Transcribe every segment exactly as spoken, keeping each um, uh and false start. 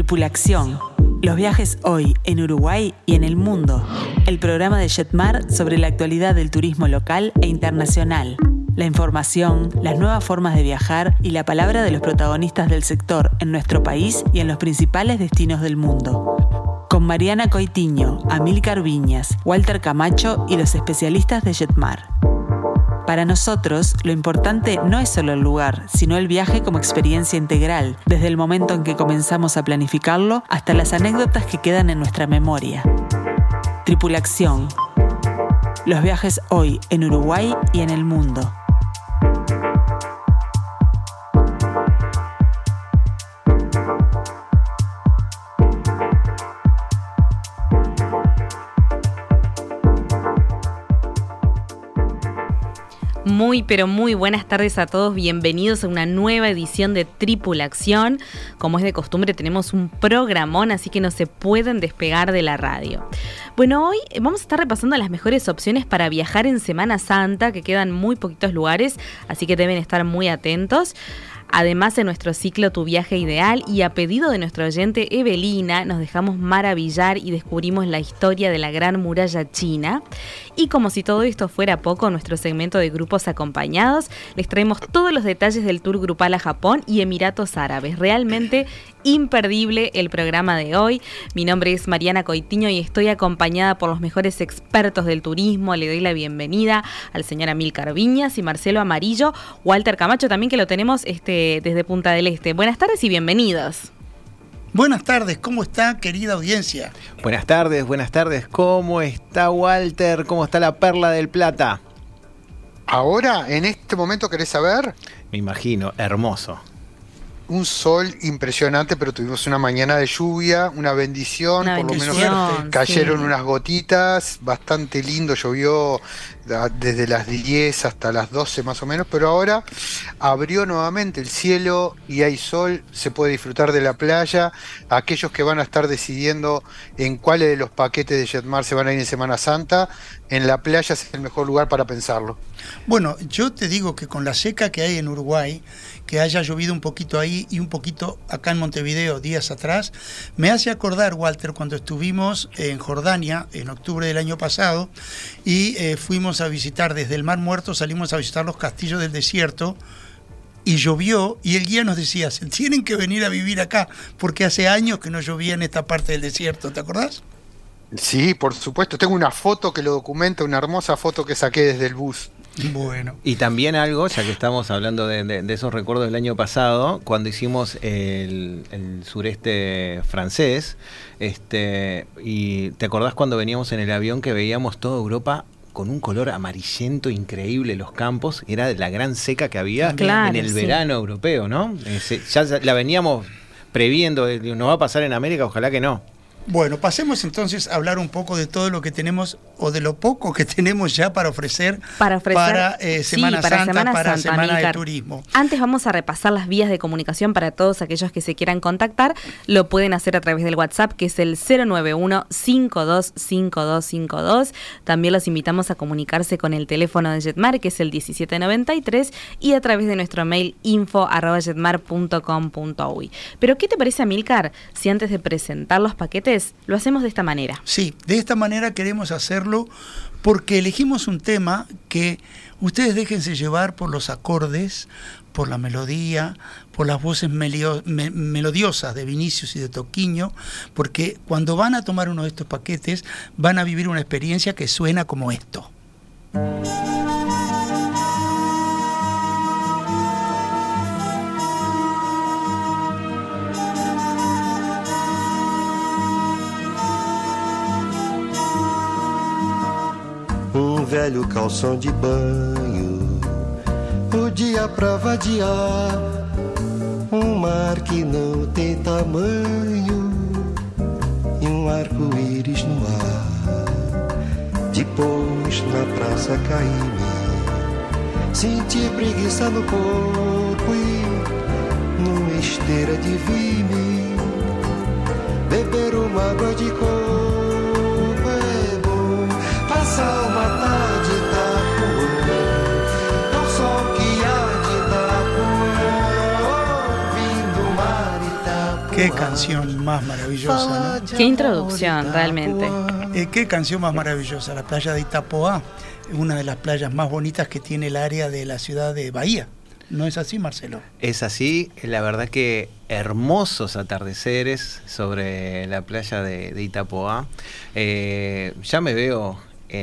Tripulación. Los viajes hoy en Uruguay y en el mundo. El programa de Jetmar sobre la actualidad del turismo local e internacional. La información, las nuevas formas de viajar y la palabra de los protagonistas del sector en nuestro país y en los principales destinos del mundo. Con Mariana Coitiño, Amílcar Viñas, Walter Camacho y los especialistas de Jetmar. Para nosotros, lo importante no es solo el lugar, sino el viaje como experiencia integral, desde el momento en que comenzamos a planificarlo hasta las anécdotas que quedan en nuestra memoria. Tripulación. Los viajes hoy en Uruguay y en el mundo. Muy, pero muy buenas tardes a todos. Bienvenidos a una nueva edición de Tripulación. Como es de costumbre, tenemos un programón, así que no se pueden despegar de la radio. Bueno, hoy vamos a estar repasando las mejores opciones para viajar en Semana Santa, que quedan muy poquitos lugares, así que deben estar muy atentos. Además, en nuestro ciclo Tu Viaje Ideal y a pedido de nuestra oyente Evelina, nos dejamos maravillar y descubrimos la historia de la Gran Muralla China. Y como si todo esto fuera poco, nuestro segmento de grupos acompañados, les traemos todos los detalles del tour grupal a Japón y Emiratos Árabes. Realmente imperdible el programa de hoy. Mi nombre es Mariana Coitiño y estoy acompañada por los mejores expertos del turismo. Le doy la bienvenida al señor Amílcar Viñas y Marcelo Amarillo, Walter Camacho también, que lo tenemos este, desde Punta del Este. Buenas tardes y bienvenidos. Buenas tardes, ¿cómo está, querida audiencia? Buenas tardes, buenas tardes. ¿Cómo está, Walter? ¿Cómo está la Perla del Plata? Ahora, en este momento, ¿querés saber? Me imagino, hermoso. Un sol impresionante, pero tuvimos una mañana de lluvia, una bendición, una por bendición, lo menos cayeron sí. unas gotitas, bastante lindo, llovió desde las diez hasta las doce más o menos, pero ahora abrió nuevamente el cielo y hay sol, se puede disfrutar de la playa. Aquellos que van a estar decidiendo en cuáles de los paquetes de Jetmar se van a ir en Semana Santa, en la playa es el mejor lugar para pensarlo. Bueno, yo te digo que con la seca que hay en Uruguay, que haya llovido un poquito ahí y un poquito acá en Montevideo días atrás, me hace acordar, Walter, cuando estuvimos en Jordania en octubre del año pasado y eh, fuimos a visitar desde el Mar Muerto, salimos a visitar los castillos del desierto y llovió y el guía nos decía, se tienen que venir a vivir acá porque hace años que no llovía en esta parte del desierto, ¿te acordás? Sí, por supuesto, tengo una foto que lo documenta, una hermosa foto que saqué desde el bus. Bueno. Y también algo, ya que estamos hablando de, de, de esos recuerdos del año pasado, cuando hicimos el, el sureste francés, este, y ¿te acordás cuando veníamos en el avión que veíamos toda Europa con un color amarillento increíble, los campos? Era de la gran seca que había claro, en el sí. verano europeo, ¿no? Ese, ya la veníamos previendo, nos va a pasar en América, ojalá que no. Bueno, pasemos entonces a hablar un poco de todo lo que tenemos o de lo poco que tenemos ya para ofrecer para, ofrecer, para eh, Semana sí, para Santa, Semana para Santa, Semana Amílcar. de Turismo. Antes vamos a repasar las vías de comunicación para todos aquellos que se quieran contactar. Lo pueden hacer a través del WhatsApp, que es el cero nueve uno, cinco dos cinco dos cinco dos. También los invitamos a comunicarse con el teléfono de Jetmar, que es el diecisiete noventa y tres, y a través de nuestro mail info arroba jetmar punto com punto uy. Pero ¿qué te parece, Amílcar, si antes de presentar los paquetes lo hacemos de esta manera? Sí, de esta manera queremos hacerlo porque elegimos un tema que ustedes déjense llevar por los acordes, por la melodía, por las voces melio, me, melodiosas de Vinicius y de Toquiño, porque cuando van a tomar uno de estos paquetes van a vivir una experiencia que suena como esto. Um velho calção de banho, o dia pra vadiar, um mar que não tem tamanho e um arco-íris no ar. Depois na praça caí-me, senti preguiça no corpo e numa esteira de vi-me beber uma água de coco é bom. Passar uma tarde da rua, ao sol que há de dar ouvindo o mar e Qué canción más maravillosa, ¿no? Qué introducción, realmente. Eh, qué canción más maravillosa. La playa de Itapoá, una de las playas más bonitas que tiene el área de la ciudad de Bahía. ¿No es así, Marcelo? Es así, la verdad que hermosos atardeceres sobre la playa de, de Itapoá. Eh, ya me veo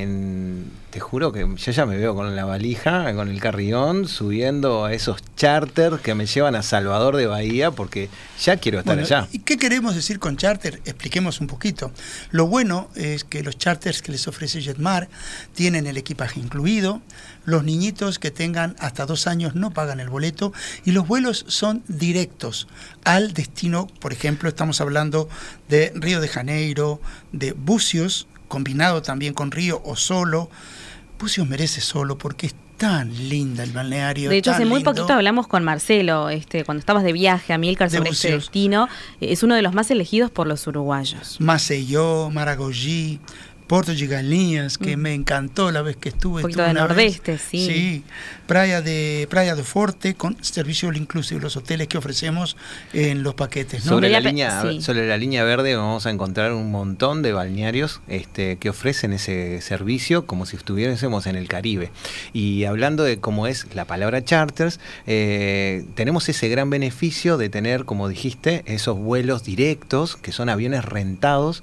en, te juro que yo ya me veo con la valija, con el carrión, subiendo a esos charters que me llevan a Salvador de Bahía, porque ya quiero estar Bueno, allá. ¿y qué queremos decir con charter? Expliquemos un poquito. Lo bueno es que los charters que les ofrece Jetmar tienen el equipaje incluido, los niñitos que tengan hasta dos años no pagan el boleto y los vuelos son directos al destino. Por ejemplo, estamos hablando de Río de Janeiro, de Bucios, combinado también con Río o solo. Bucios merece solo porque es tan linda el balneario. De hecho, tan hace muy lindo. poquito hablamos con Marcelo, este, cuando estabas de viaje a Milcar sobre este destino. Es uno de los más elegidos por los uruguayos. Maceió, Maragogi, Porto de Galinhas, que mm. me encantó la vez que estuve. Un poquito de nordeste, vez. sí. Sí, Playa de Playa do Forte, con servicio all inclusive, los hoteles que ofrecemos en los paquetes, ¿no? Sobre la, línea, sí. sobre la línea verde vamos a encontrar un montón de balnearios este, que ofrecen ese servicio como si estuviésemos en el Caribe. Y hablando de cómo es la palabra charters, eh, tenemos ese gran beneficio de tener, como dijiste, esos vuelos directos, que son aviones rentados,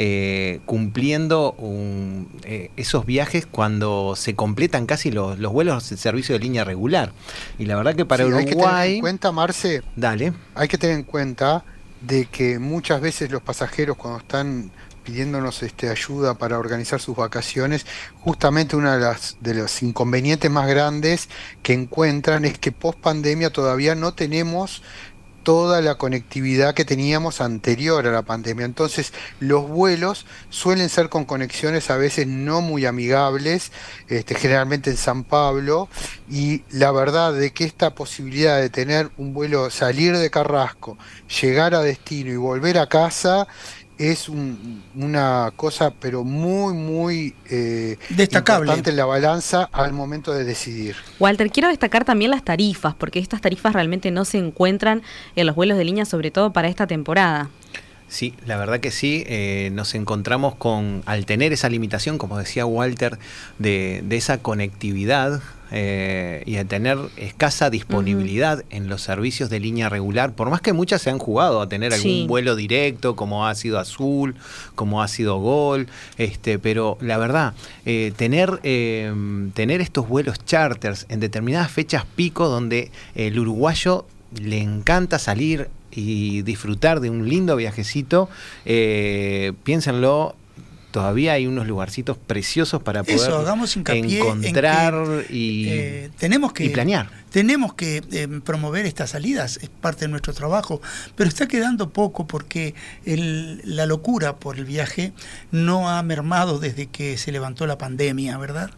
eh, cumpliendo Un, eh, esos viajes cuando se completan casi los, los vuelos de servicio de línea regular. Y la verdad que para sí, Uruguay... Hay que tener en cuenta, Marce, dale. hay que tener en cuenta de que muchas veces los pasajeros cuando están pidiéndonos este, ayuda para organizar sus vacaciones, justamente uno de, las, de los inconvenientes más grandes que encuentran es que post pandemia todavía no tenemos toda la conectividad que teníamos anterior a la pandemia. Entonces, los vuelos suelen ser con conexiones a veces no muy amigables, este, generalmente en San Pablo, y la verdad de que esta posibilidad de tener un vuelo, salir de Carrasco, llegar a destino y volver a casa, es un, una cosa pero muy muy eh, destacable, importante en la balanza al momento de decidir. Walter, quiero destacar también las tarifas, porque estas tarifas realmente no se encuentran en los vuelos de línea, sobre todo para esta temporada. Sí, la verdad que sí, eh, nos encontramos con, al tener esa limitación, como decía Walter, de, de esa conectividad eh, y al tener escasa disponibilidad uh-huh. en los servicios de línea regular, por más que muchas se han jugado a tener algún sí. vuelo directo, como ha sido Azul, como ha sido Gol, este, pero la verdad, eh, tener, eh, tener estos vuelos charters en determinadas fechas pico donde el uruguayo le encanta salir y disfrutar de un lindo viajecito, eh, piénsenlo, todavía hay unos lugarcitos preciosos para poder Eso, hagamos hincapié encontrar en que, y, eh, tenemos que, y planear. Tenemos que eh, promover estas salidas, es parte de nuestro trabajo, pero está quedando poco porque el, la locura por el viaje no ha mermado desde que se levantó la pandemia, ¿verdad?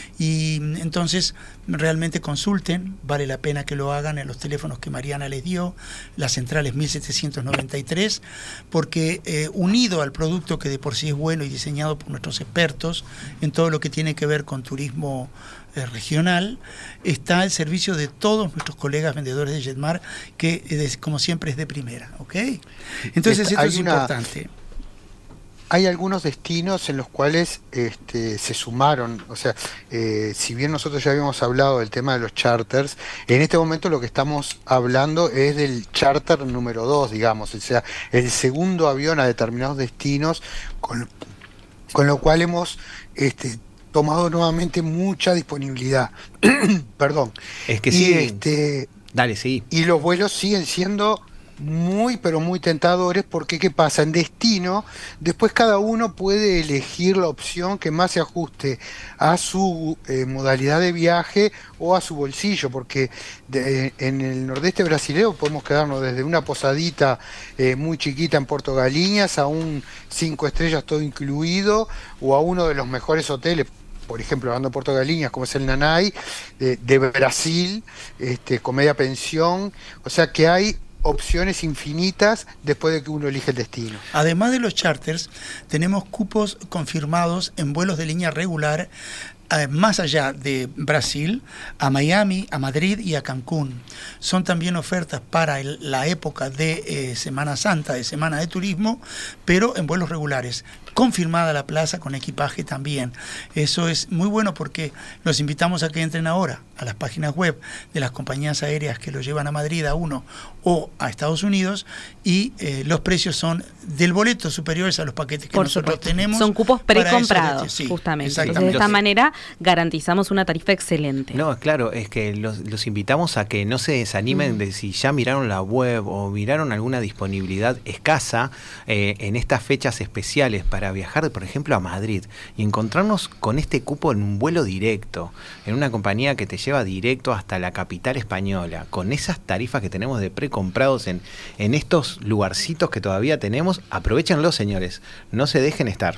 Y entonces realmente consulten, vale la pena que lo hagan en los teléfonos que Mariana les dio, la central es mil setecientos noventa y tres, porque eh, unido al producto que de por sí es bueno y diseñado por nuestros expertos en todo lo que tiene que ver con turismo eh, regional, está el servicio de todos nuestros colegas vendedores de Jetmar, que eh, como siempre es de primera, ¿ok? Entonces esto es una... importante. Hay algunos destinos en los cuales este, se sumaron, o sea, eh, si bien nosotros ya habíamos hablado del tema de los charters, en este momento lo que estamos hablando es del charter número dos, digamos, o sea, el segundo avión a determinados destinos, con, con lo cual hemos este, tomado nuevamente mucha disponibilidad. Perdón. Es que y, sí. Este, Dale, sí. Y los vuelos siguen siendo muy pero muy tentadores, porque ¿qué pasa? En destino, después cada uno puede elegir la opción que más se ajuste a su eh, modalidad de viaje o a su bolsillo, porque de, en el nordeste brasileño podemos quedarnos desde una posadita eh, muy chiquita en Porto Galinhas a un cinco estrellas todo incluido, o a uno de los mejores hoteles, por ejemplo, hablando de Porto Galinhas, como es el Nanay, de, de Brasil, este, con media pensión, o sea que hay opciones infinitas después de que uno elige el destino. Además de los charters, tenemos cupos confirmados en vuelos de línea regular eh, más allá de Brasil, a Miami, a Madrid y a Cancún. Son también ofertas para el, la época de eh, Semana Santa, de Semana de Turismo, pero en vuelos regulares. Confirmada la plaza con equipaje también. Eso es muy bueno porque los invitamos a que entren ahora a las páginas web de las compañías aéreas que lo llevan a Madrid, a uno o a Estados Unidos, y eh, los precios son del boleto superiores a los paquetes que Por nosotros supuesto. tenemos. Son cupos precomprados, esos, sí, justamente. Entonces, exactamente. de esta manera garantizamos una tarifa excelente. No, claro, es que los, los invitamos a que no se desanimen mm. de si ya miraron la web o miraron alguna disponibilidad escasa eh, en estas fechas especiales para viajar, por ejemplo, a Madrid y encontrarnos con este cupo en un vuelo directo, en una compañía que te lleva directo hasta la capital española, con esas tarifas que tenemos de precomprados en, en estos lugarcitos que todavía tenemos. Aprovechenlo, señores, no se dejen estar.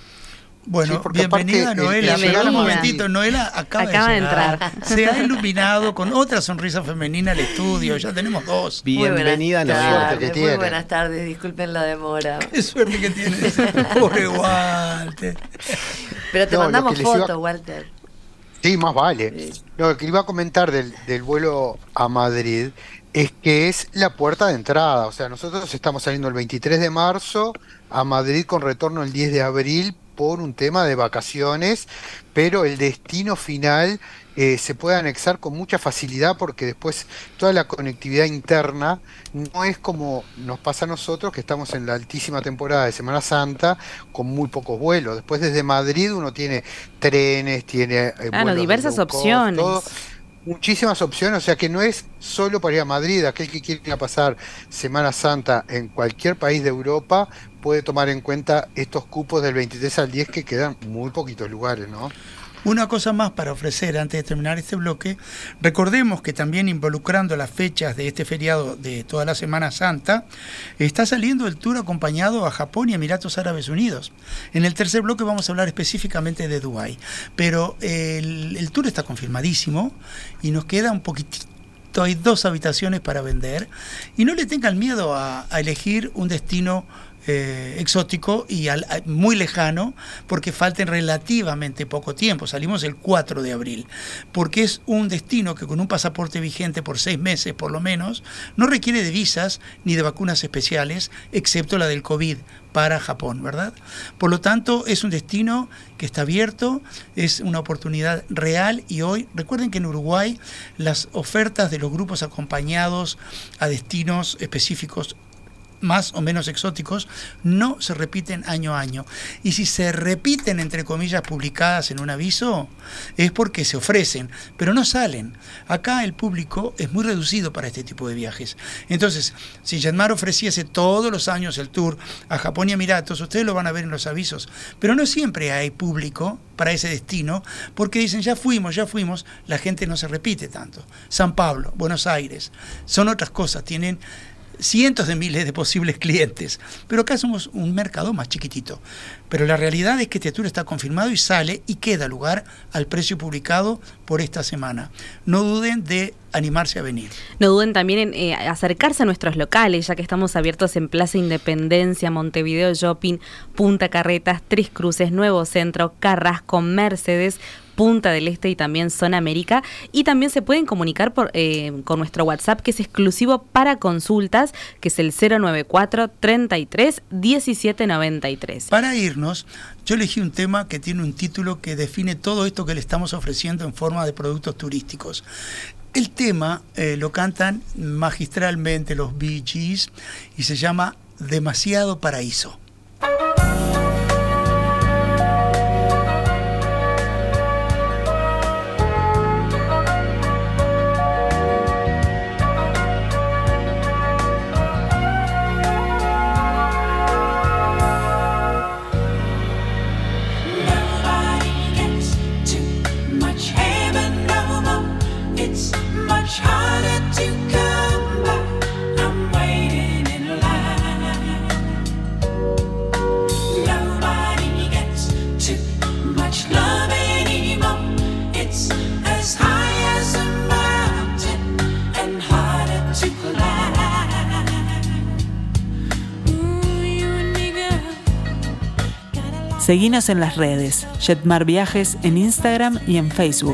Bueno, sí, bienvenida aparte, Noela, bienvenida. pero un momentito, Noela acaba, Acaba de, de llegar. entrar. Se ha iluminado con otra sonrisa femenina al estudio, ya tenemos dos. Bienvenida, Noela. que Muy tiene. buenas tardes, disculpen la demora. Qué suerte que tienes, pobre Walter. Pero te No, lo mandamos que les iba- fotos, Walter. Sí, más vale. Sí. No, lo que iba a comentar del, del vuelo a Madrid es que es la puerta de entrada. O sea, nosotros estamos saliendo el veintitrés de marzo a Madrid con retorno el diez de abril por un tema de vacaciones, pero el destino final eh, se puede anexar con mucha facilidad porque después toda la conectividad interna no es como nos pasa a nosotros, que estamos en la altísima temporada de Semana Santa con muy pocos vuelos. Después desde Madrid uno tiene trenes, tiene eh, Claro, vuelos de diversas low cost, opciones. todo. Muchísimas opciones, o sea que no es solo para ir a Madrid. Aquel que quiera pasar Semana Santa en cualquier país de Europa puede tomar en cuenta estos cupos del veintitrés al diez, que quedan muy poquitos lugares, ¿no? Una cosa más para ofrecer antes de terminar este bloque. Recordemos que también involucrando las fechas de este feriado de toda la Semana Santa, está saliendo el tour acompañado a Japón y Emiratos Árabes Unidos. En el tercer bloque vamos a hablar específicamente de Dubái, pero el, el tour está confirmadísimo y nos queda un poquitito, hay dos habitaciones para vender, y no le tengan miedo a, a elegir un destino Eh, exótico y al, a, muy lejano, porque falten relativamente poco tiempo. Salimos el cuatro de abril, porque es un destino que con un pasaporte vigente por seis meses por lo menos no requiere de visas ni de vacunas especiales, excepto la del COVID para Japón, ¿verdad? Por lo tanto, es un destino que está abierto, es una oportunidad real, y hoy, recuerden que en Uruguay las ofertas de los grupos acompañados a destinos específicos más o menos exóticos no se repiten año a año, y si se repiten, entre comillas, publicadas en un aviso, es porque se ofrecen, pero no salen. Acá el público es muy reducido para este tipo de viajes. Entonces, si Jetmar ofreciese todos los años el tour a Japón y Emiratos, ustedes lo van a ver en los avisos, pero no siempre hay público para ese destino, porque dicen ya fuimos, ya fuimos, la gente no se repite tanto. San Pablo, Buenos Aires, son otras cosas, tienen cientos de miles de posibles clientes, pero acá somos un mercado más chiquitito. Pero la realidad es que este tour está confirmado y sale y queda lugar al precio publicado por esta semana. No duden de animarse a venir. No duden también en eh, acercarse a nuestros locales, ya que estamos abiertos en Plaza Independencia, Montevideo Shopping, Punta Carretas, Tres Cruces, Nuevo Centro, Carrasco, Mercedes, Punta del Este y también Zona América. Y también se pueden comunicar por, eh, con nuestro WhatsApp, que es exclusivo para consultas, que es el cero nueve cuatro, treinta y tres, diecisiete noventa y tres. Para irnos, yo elegí un tema que tiene un título que define todo esto que le estamos ofreciendo en forma de productos turísticos. El tema eh, lo cantan magistralmente los Bee Gees y se llama Demasiado Paraíso. Harder to come by. I'm waiting in line. Seguinos en las redes, Jetmar Viajes en Instagram y en Facebook.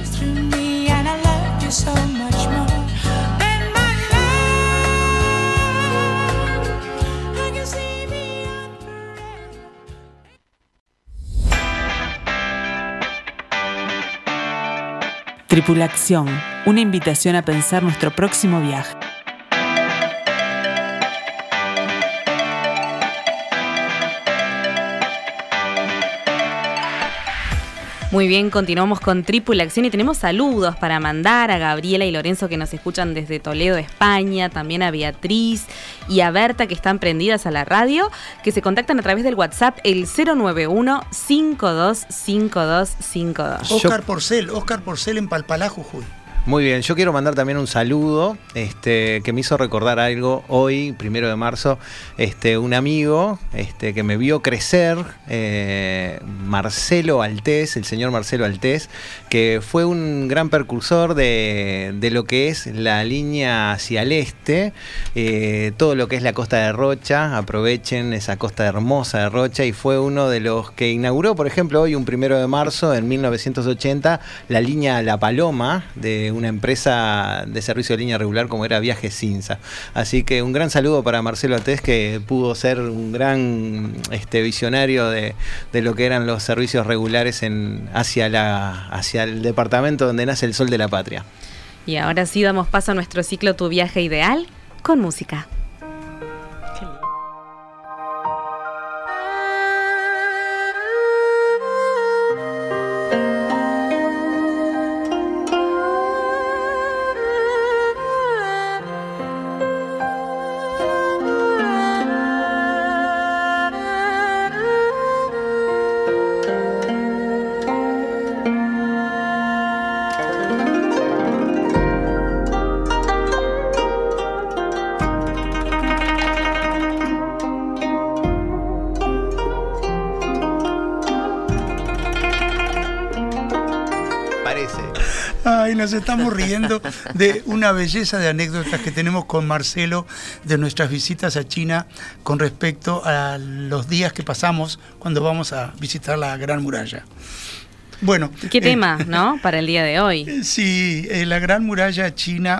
Tripulación, una invitación a pensar nuestro próximo viaje. Muy bien, continuamos con Tripulación y tenemos saludos para mandar a Gabriela y Lorenzo que nos escuchan desde Toledo, España, también a Beatriz y a Berta que están prendidas a la radio, que se contactan a través del WhatsApp el cero nueve uno, cinco dos cinco dos cinco dos. Oscar Porcel, Oscar Porcel en Palpalá, Jujuy. Muy bien, yo quiero mandar también un saludo este, que me hizo recordar algo hoy, primero de marzo, este, un amigo este, que me vio crecer, eh, Marcelo Altés, el señor Marcelo Altés, que fue un gran precursor de, de lo que es la línea hacia el este, eh, todo lo que es la costa de Rocha, aprovechen esa costa hermosa de Rocha, y fue uno de los que inauguró, por ejemplo, hoy un primero de marzo, en mil novecientos ochenta, la línea La Paloma, de una empresa de servicio de línea regular como era Viajes Cinza. Así que un gran saludo para Marcelo Altés, que pudo ser un gran este, visionario de, de lo que eran los servicios regulares en, hacia, la, hacia el departamento donde nace el sol de la patria. Y ahora sí damos paso a nuestro ciclo Tu Viaje Ideal con música. Ay, nos estamos riendo de una belleza de anécdotas que tenemos con Marcelo de nuestras visitas a China con respecto a los días que pasamos cuando vamos a visitar la Gran Muralla. Bueno, ¿qué eh, tema, no? Para el día de hoy. Sí, eh, la Gran Muralla China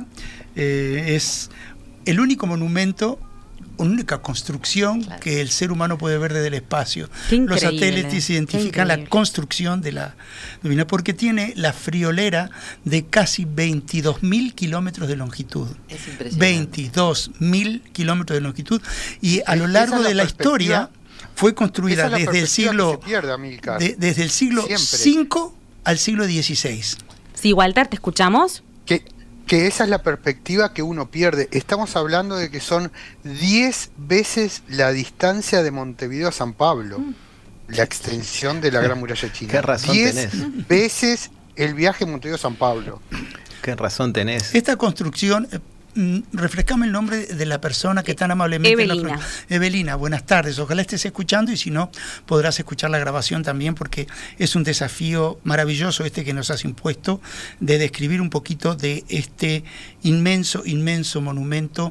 eh, es el único monumento, una única construcción, claro, que el ser humano puede ver desde el espacio. Los satélites identifican la construcción de la divina, porque tiene la friolera de casi veintidós mil kilómetros de longitud. Es impresionante. veintidós mil kilómetros de longitud, y a lo largo de la historia fue construida desde el siglo de, desde el siglo cinco al siglo dieciséis. Sí, Walter, ¿te escuchamos? ¿Qué? Que esa es la perspectiva que uno pierde. Estamos hablando de que son diez veces la distancia de Montevideo a San Pablo, mm. la extensión de la Gran Muralla China. ¿Qué razón diez tenés? Veces el viaje de Montevideo a San Pablo. ¿Qué razón tenés? Esta construcción, eh, refrescame el nombre de la persona que tan amablemente... Evelina. La, Evelina, buenas tardes. Ojalá estés escuchando, y si no, podrás escuchar la grabación también, porque es un desafío maravilloso este que nos has impuesto de describir un poquito de este inmenso, inmenso monumento,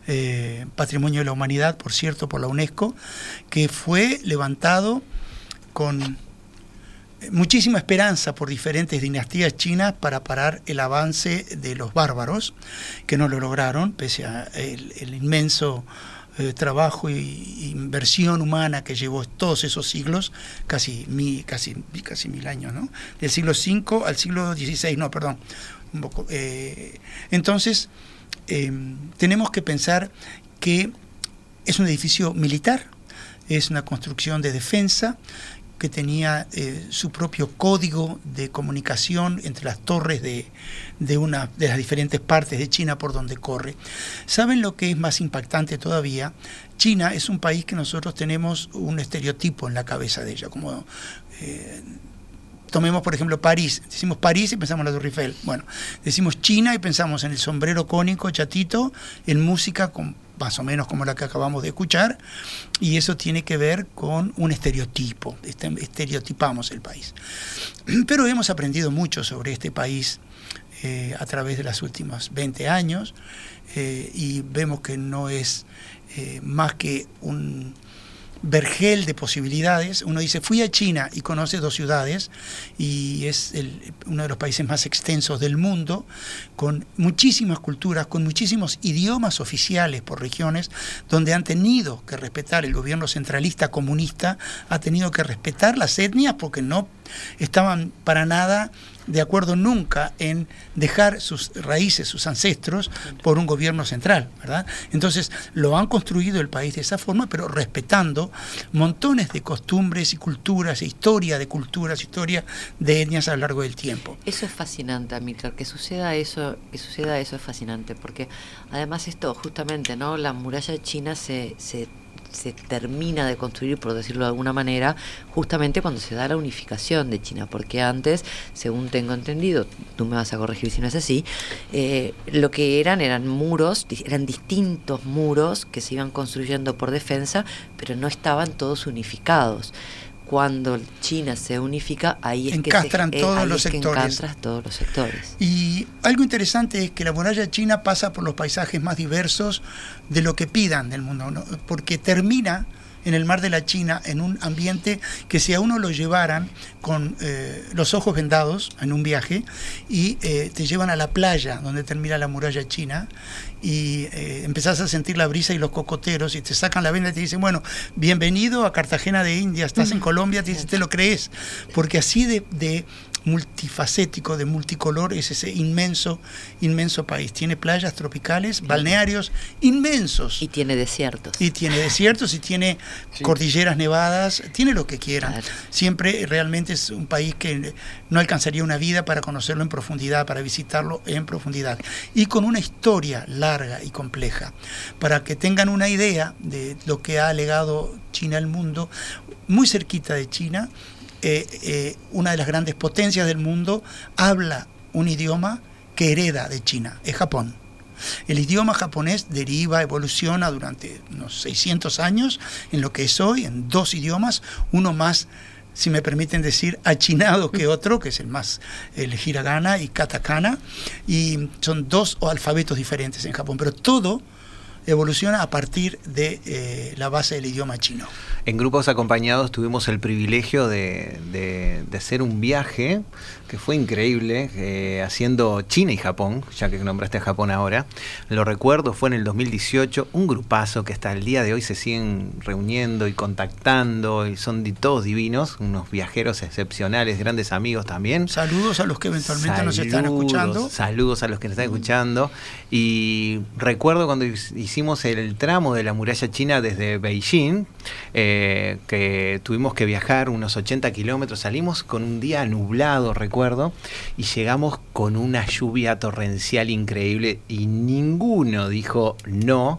eh, Patrimonio de la Humanidad, por cierto, por la UNESCO, que fue levantado con muchísima esperanza por diferentes dinastías chinas para parar el avance de los bárbaros, que no lo lograron, pese a el, el inmenso eh, trabajo y inversión humana que llevó todos esos siglos, casi, mi, casi, casi mil años, ¿no? Del siglo cinco al siglo dieciséis, no, perdón, un poco. Eh, entonces, eh, tenemos que pensar que es un edificio militar, es una construcción de defensa, que tenía eh, su propio código de comunicación entre las torres de, de, una, de las diferentes partes de China por donde corre. ¿Saben lo que es más impactante todavía? China es un país que nosotros tenemos un estereotipo en la cabeza de ella, como... Eh, tomemos, por ejemplo, París. Decimos París y pensamos en la Torre Eiffel. Bueno, decimos China y pensamos en el sombrero cónico chatito, en música con, más o menos como la que acabamos de escuchar, y eso tiene que ver con un estereotipo. Estereotipamos el país. Pero hemos aprendido mucho sobre este país eh, a través de los últimos veinte años, eh, y vemos que no es eh, más que un vergel de posibilidades. Uno dice, fui a China y conoce dos ciudades, y es el, uno de los países más extensos del mundo, con muchísimas culturas, con muchísimos idiomas oficiales por regiones, donde han tenido que respetar, el gobierno centralista comunista ha tenido que respetar las etnias porque no estaban para nada de acuerdo nunca en dejar sus raíces, sus ancestros, por un gobierno central, ¿verdad? Entonces lo han construido el país de esa forma, pero respetando montones de costumbres y culturas, e historia de culturas, historia de etnias a lo largo del tiempo. Eso es fascinante, Amílcar, que suceda eso, que suceda eso es fascinante, porque además esto justamente, ¿no? La muralla china se, se se termina de construir, por decirlo de alguna manera, justamente cuando se da la unificación de China, porque antes, según tengo entendido, tú me vas a corregir si no es así, eh, lo que eran eran muros, eran distintos muros que se iban construyendo por defensa, pero no estaban todos unificados. Cuando China se unifica, ahí es encastran que se, todos ahí los es que sectores. encastras todos los sectores. Y algo interesante es que la muralla china pasa por los paisajes más diversos de lo que pidan del mundo, ¿no? Porque termina en el mar de la China, en un ambiente que si a uno lo llevaran con eh, los ojos vendados en un viaje y eh, te llevan a la playa donde termina la muralla china y eh, empezás a sentir la brisa y los cocoteros y te sacan la venda y te dicen, bueno, bienvenido a Cartagena de India, estás en Colombia, te, te lo crees, porque así de, de multifacético, de multicolor es ese inmenso, inmenso país. Tiene playas tropicales, balnearios inmensos. Y tiene desiertos. Y tiene desiertos y tiene sí. cordilleras nevadas, tiene lo que quieran. Claro. Siempre realmente es un país que no alcanzaría una vida para conocerlo en profundidad, para visitarlo en profundidad. Y con una historia larga y compleja. Para que tengan una idea de lo que ha legado China al mundo, muy cerquita de China, Eh, eh, una de las grandes potencias del mundo habla un idioma que hereda de China, es Japón. El idioma japonés deriva, evoluciona durante unos seiscientos años en lo que es hoy, en dos idiomas, uno más, si me permiten decir, achinado que otro, que es el más, el hiragana y katakana, y son dos alfabetos diferentes en Japón, pero todo evoluciona a partir de eh, la base del idioma chino. En Grupos Acompañados tuvimos el privilegio de, de, de hacer un viaje que fue increíble, eh, haciendo China y Japón, ya que nombraste a Japón ahora. Lo recuerdo, fue en el dos mil dieciocho, un grupazo que hasta el día de hoy se siguen reuniendo y contactando, y son de, todos divinos, unos viajeros excepcionales, grandes amigos también. Saludos a los que eventualmente saludos, nos están escuchando. Saludos a los que nos están escuchando. Y recuerdo cuando hicimos el tramo de la muralla china desde Beijing, eh, que tuvimos que viajar unos ochenta kilómetros, salimos con un día nublado, recuerdo, y llegamos con una lluvia torrencial increíble y ninguno dijo no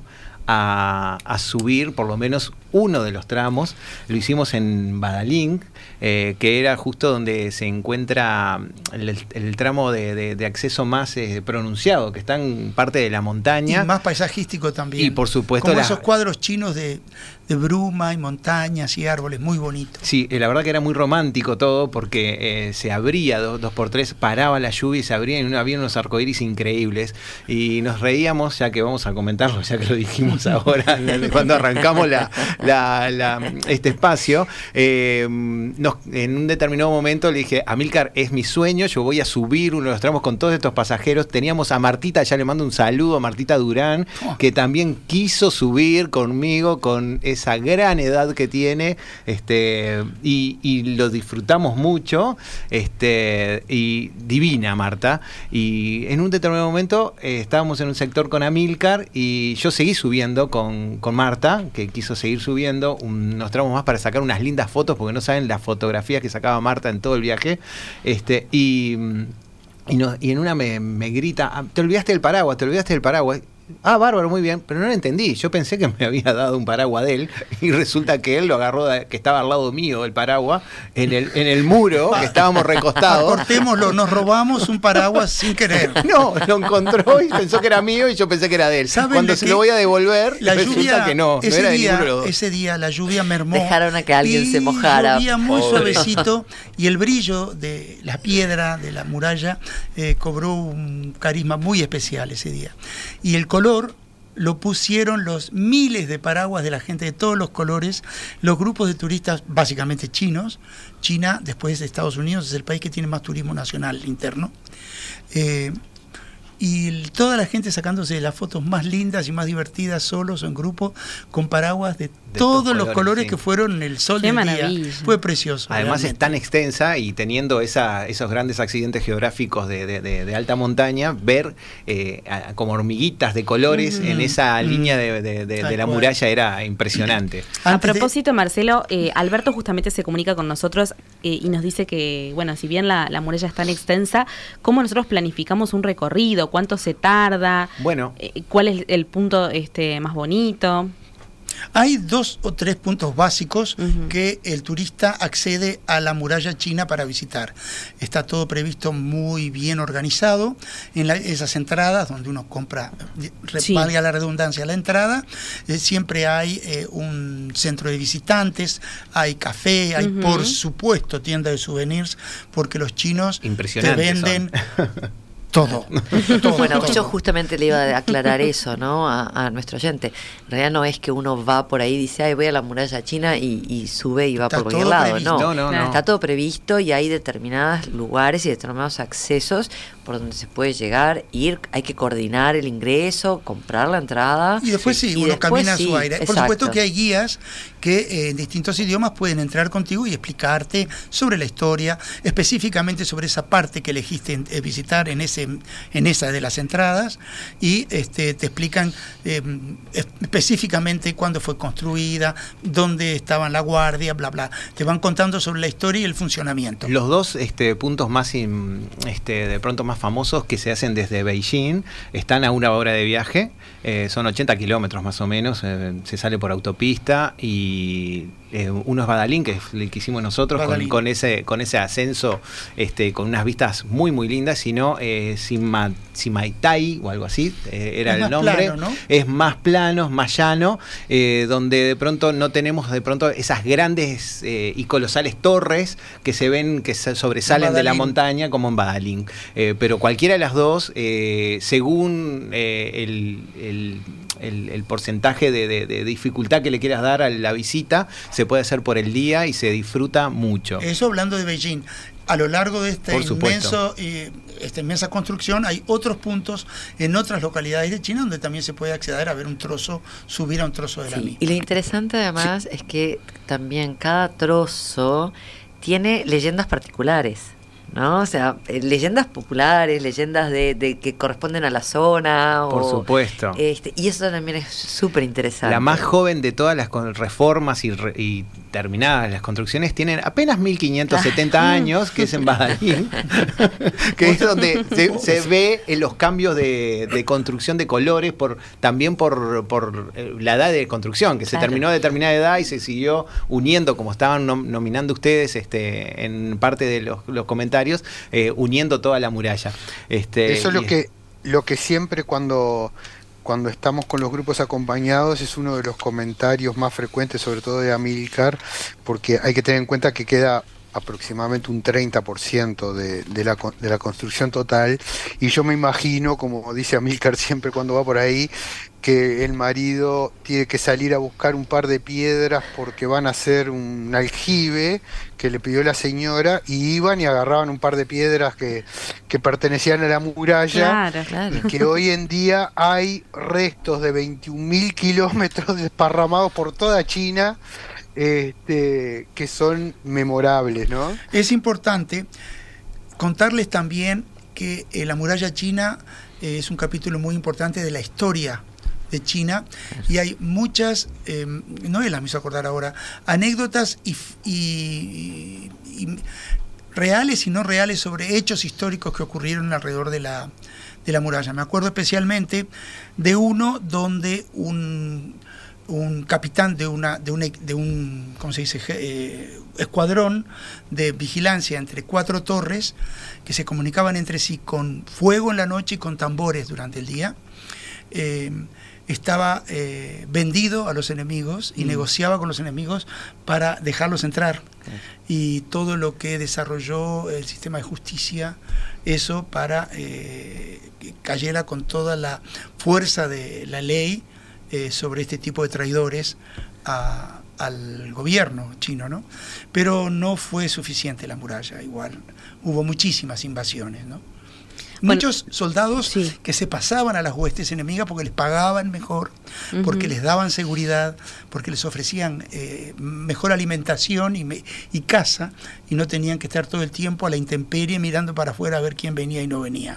a, a subir por lo menos uno de los tramos. Lo hicimos en Badaling, eh, que era justo donde se encuentra el, el tramo de, de, de acceso más eh, pronunciado, que está en parte de la montaña. Y más paisajístico también. Y por supuesto como la, esos cuadros chinos de, de bruma y montañas y árboles, muy bonitos. Sí, eh, la verdad que era muy romántico todo, porque eh, se abría dos, dos por tres, paraba la lluvia y se abría, y había unos arcoíris increíbles. Y nos reíamos, ya que vamos a comentarlo, ya que lo dijimos ahora, cuando arrancamos la... La, la, este espacio, eh, nos, en un determinado momento le dije, Amílcar, es mi sueño, yo voy a subir uno de los tramos con todos estos pasajeros. Teníamos a Martita, ya le mando un saludo a Martita Durán, oh. que también quiso subir conmigo con esa gran edad que tiene, este, y, y lo disfrutamos mucho, este, y divina Marta. Y en un determinado momento eh, estábamos en un sector con Amílcar y yo seguí subiendo con, con Marta, que quiso seguir subiendo subiendo unos tramos más para sacar unas lindas fotos, porque no saben las fotografías que sacaba Marta en todo el viaje, este, y, y, no, y en una me, me grita, te olvidaste del paraguas, te olvidaste del paraguas. Ah, bárbaro, muy bien, pero no lo entendí. Yo pensé que me había dado un paraguas de él y resulta que él lo agarró, de, que estaba al lado mío el paraguas, en el, en el muro, que estábamos recostados. Cortémoslo, nos robamos un paraguas sin querer. No, lo encontró y pensó que era mío y yo pensé que era de él. Cuando se lo voy a devolver, la resulta lluvia, que no, ese no era de día, ninguno de los dos. Ese día la lluvia mermó. Dejaron a que alguien y se mojara. Llovía muy Pobre. suavecito y el brillo de la piedra, de la muralla, eh, cobró un carisma muy especial ese día. Y el color lo pusieron los miles de paraguas de la gente de todos los colores, los grupos de turistas básicamente chinos. China, después de Estados Unidos, es el país que tiene más turismo nacional interno. Eh, y toda la gente sacándose las fotos más lindas y más divertidas, solos o en grupo, con paraguas de, de todos los colores, colores sí. que fueron el sol Qué del maravilla. día. Fue precioso. Además realmente. Es tan extensa y teniendo esa, esos grandes accidentes geográficos de, de, de, de alta montaña, ver eh, a, como hormiguitas de colores mm. en esa mm. línea de, de, de, de la muralla era impresionante. A propósito, Marcelo, eh, Alberto justamente se comunica con nosotros eh, y nos dice que, bueno, si bien la, la muralla es tan extensa, ¿cómo nosotros planificamos un recorrido? ¿Cuánto se tarda? Bueno. Eh, ¿Cuál es el punto este más bonito? Hay dos o tres puntos básicos uh-huh. que el turista accede a la muralla china para visitar. Está todo previsto, muy bien organizado. En la, esas entradas donde uno compra, sí. valga la redundancia, la entrada, eh, siempre hay eh, un centro de visitantes, hay café, hay uh-huh. por supuesto tienda de souvenirs, porque los chinos te venden... Todo, todo. Bueno, todo. yo justamente le iba a aclarar eso, ¿no? A, a nuestro oyente. En realidad no es que uno va por ahí y dice, ay, voy a la muralla china y, y sube y va Está por cualquier lado. No. No, no, no. Está todo previsto y hay determinados lugares y determinados accesos por donde se puede llegar, ir, hay que coordinar el ingreso, comprar la entrada. Y después sí, y uno después camina sí, a su aire. exacto. Por supuesto que hay guías que eh, en distintos idiomas pueden entrar contigo y explicarte sobre la historia, específicamente sobre esa parte que elegiste en, eh, visitar en ese en esa de las entradas, y este, te explican eh, específicamente cuándo fue construida, dónde estaban la guardia, bla, bla. Te van contando sobre la historia y el funcionamiento. Los dos este, puntos más, este, de pronto más famosos que se hacen desde Beijing están a una hora de viaje, eh, son ochenta kilómetros más o menos, eh, se sale por autopista y... Eh, uno es Badalín, que es el que hicimos nosotros, con, con ese con ese ascenso, este, con unas vistas muy muy lindas, sino eh, Sima, Simaitai o algo así, eh, era el nombre. Plano, ¿no? Es más plano, más llano, eh, donde de pronto no tenemos de pronto esas grandes eh, y colosales torres que se ven, que se sobresalen de la montaña, como en Badalín. Eh, pero cualquiera de las dos, eh, según eh, el, el El, el porcentaje de, de, de dificultad que le quieras dar a la visita, se puede hacer por el día y se disfruta mucho. Eso hablando de Beijing. A lo largo de este inmenso, eh, esta inmensa construcción hay otros puntos en otras localidades de China donde también se puede acceder a ver un trozo, subir a un trozo de la sí, misma. Y lo interesante además sí. es que también cada trozo tiene leyendas particulares, ¿no? O sea, eh, leyendas populares, leyendas de, de que corresponden a la zona. Por o, supuesto. Este, y eso también es súper interesante. La más joven de todas las reformas y, re, y terminadas las construcciones tienen apenas mil quinientos setenta años, que es en Badalín, que es donde se, se ve en los cambios de, de construcción de colores, por también por, por la edad de construcción, que claro. se terminó a determinada edad y se siguió uniendo, como estaban nom nominando ustedes este, en parte de los, los comentarios, eh, uniendo toda la muralla. Este, Eso es lo que, lo que siempre cuando... Cuando estamos con los grupos acompañados es uno de los comentarios más frecuentes, sobre todo de Amílcar, porque hay que tener en cuenta que queda aproximadamente un treinta por ciento de, de, la, de la construcción total, y yo me imagino, como dice Amílcar siempre cuando va por ahí, que el marido tiene que salir a buscar un par de piedras porque van a hacer un aljibe que le pidió la señora, y iban y agarraban un par de piedras que, que pertenecían a la muralla, claro, claro. y que hoy en día hay restos de veintiún mil kilómetros desparramados por toda China, este, que son memorables, ¿no? Es importante contarles también que eh, la muralla china eh, es un capítulo muy importante de la historia de China, y hay muchas, eh, no me hizo acordar ahora, anécdotas y, y, y reales y no reales sobre hechos históricos que ocurrieron alrededor de la, de la muralla. Me acuerdo especialmente de uno donde un, un capitán de una de un, de un ¿cómo se dice? Eh, escuadrón de vigilancia entre cuatro torres que se comunicaban entre sí con fuego en la noche y con tambores durante el día. Eh, estaba eh, vendido a los enemigos y mm. negociaba con los enemigos para dejarlos entrar. Y todo lo que desarrolló el sistema de justicia, eso para eh, que cayera con toda la fuerza de la ley eh, sobre este tipo de traidores a, al gobierno chino, ¿no? Pero no fue suficiente la muralla, igual hubo muchísimas invasiones, ¿no? Bueno, muchos soldados sí. que se pasaban a las huestes enemigas porque les pagaban mejor, uh-huh. porque les daban seguridad, porque les ofrecían eh, mejor alimentación y, me, y casa, y no tenían que estar todo el tiempo a la intemperie mirando para afuera a ver quién venía y no venía.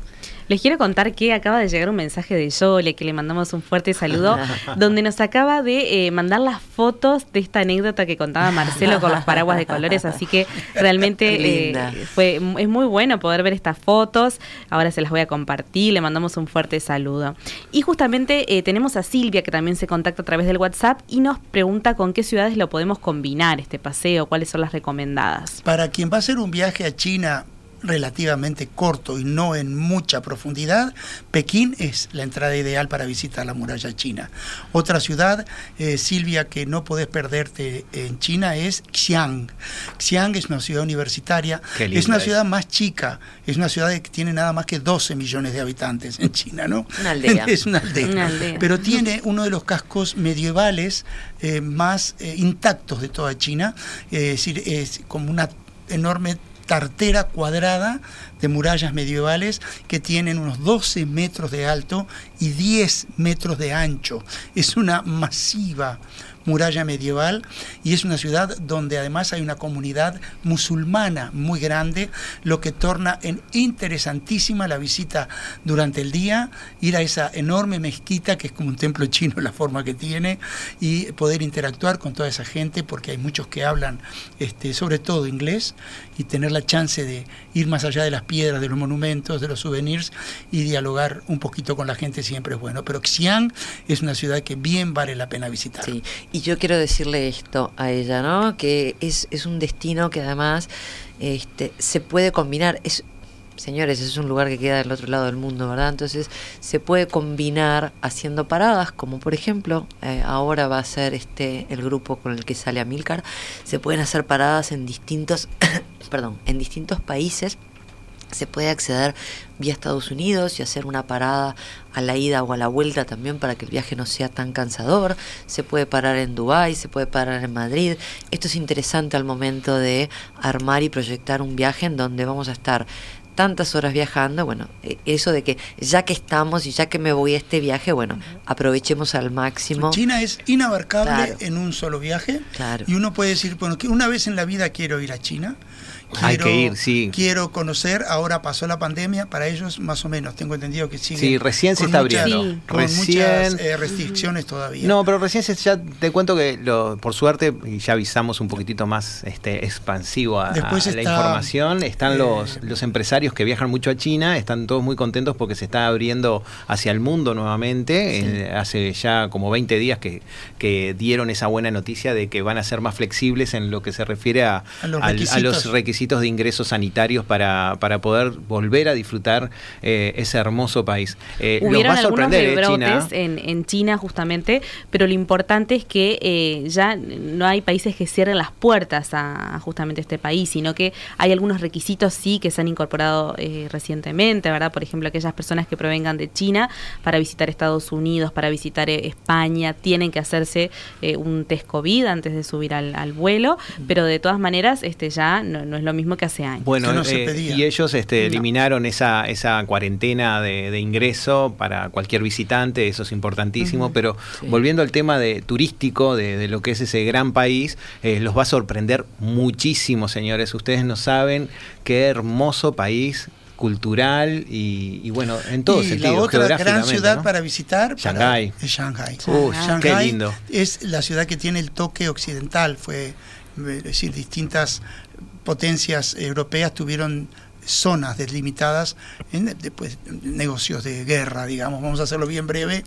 Les quiero contar que acaba de llegar un mensaje de Yole, que le mandamos un fuerte saludo, donde nos acaba de eh, mandar las fotos de esta anécdota que contaba Marcelo con los paraguas de colores, así que realmente eh, fue es muy bueno poder ver estas fotos. Ahora se las voy a compartir, le mandamos un fuerte saludo. Y justamente eh, tenemos a Silvia, que también se contacta a través del WhatsApp y nos pregunta con qué ciudades lo podemos combinar este paseo, cuáles son las recomendadas. Para quien va a hacer un viaje a China relativamente corto y no en mucha profundidad, Pekín es la entrada ideal para visitar la muralla china. Otra ciudad, eh, Silvia, que no podés perderte en China es Xi'an. Xi'an es una ciudad universitaria, es una ciudad es. más chica, es una ciudad que tiene nada más que doce millones de habitantes en China, ¿no? Una aldea. Es una aldea. Una aldea. Pero tiene uno de los cascos medievales eh, más eh, intactos de toda China, eh, es decir, es como una enorme tartera cuadrada de murallas medievales que tienen unos doce metros de alto y diez metros de ancho. Es una masiva muralla medieval y es una ciudad donde además hay una comunidad musulmana muy grande, lo que torna en interesantísima la visita durante el día, ir a esa enorme mezquita que es como un templo chino la forma que tiene y poder interactuar con toda esa gente, porque hay muchos que hablan este, sobre todo inglés, y tener la chance de ir más allá de las piedras, de los monumentos, de los souvenirs y dialogar un poquito con la gente siempre es bueno. Pero Xi'an es una ciudad que bien vale la pena visitar. Sí. Y yo quiero decirle esto a ella, ¿no? Que es, es un destino que además este, se puede combinar. Es, señores, es un lugar que queda del otro lado del mundo, ¿verdad? Entonces se puede combinar haciendo paradas, como por ejemplo, eh, ahora va a ser este el grupo con el que sale Amílcar. Se pueden hacer paradas en distintos, perdón, en distintos países. Se puede acceder vía Estados Unidos y hacer una parada a la ida o a la vuelta también para que el viaje no sea tan cansador. Se puede parar en Dubái, se puede parar en Madrid. Esto es interesante al momento de armar y proyectar un viaje en donde vamos a estar tantas horas viajando. Bueno, eso de que ya que estamos y ya que me voy a este viaje, bueno, aprovechemos al máximo. China es inabarcable, claro, claro, en un solo viaje, claro. Y uno puede decir, bueno, que una vez en la vida quiero ir a China. Quiero, Hay que ir, sí. Quiero conocer, ahora pasó la pandemia, para ellos más o menos, tengo entendido que sigue. Sí, recién se está muchas, abriendo. Sí. Con recién, muchas eh, restricciones uh-huh. todavía. No, pero recién se, ya te cuento que lo, por suerte, y ya avisamos un poquitito más este expansivo a, Después a está, la información, están eh, los, los empresarios que viajan mucho a China, están todos muy contentos porque se está abriendo hacia el mundo nuevamente. Sí. Eh, hace ya como veinte días que, que dieron esa buena noticia de que van a ser más flexibles en lo que se refiere a, a, los, al, requisitos. a los requisitos de ingresos sanitarios para, para poder volver a disfrutar eh, ese hermoso país. Eh, Hubieron los va a sorprender, algunos rebrotes eh, China. En, en China justamente, pero lo importante es que eh, ya no hay países que cierren las puertas a, a justamente este país, sino que hay algunos requisitos sí que se han incorporado eh, recientemente, ¿verdad? Por ejemplo, aquellas personas que provengan de China para visitar Estados Unidos, para visitar eh, España, tienen que hacerse eh, un test COVID antes de subir al, al vuelo, pero de todas maneras este ya no, no es lo mismo que hace años. Bueno, no eh, y ellos este, no. eliminaron esa, esa cuarentena de, de ingreso para cualquier visitante, eso es importantísimo, uh-huh. pero sí. volviendo al tema de turístico, de, de lo que es ese gran país, eh, los va a sorprender muchísimo, señores. Ustedes no saben qué hermoso país cultural y, y bueno, en todo y sentido, la otra gran ciudad, ¿no?, para visitar Shanghái. Para, es Shanghái. Uh, Shanghái qué lindo. Es la ciudad que tiene el toque occidental, fue, es decir, distintas potencias europeas tuvieron zonas delimitadas en después negocios de guerra, digamos, vamos a hacerlo bien breve,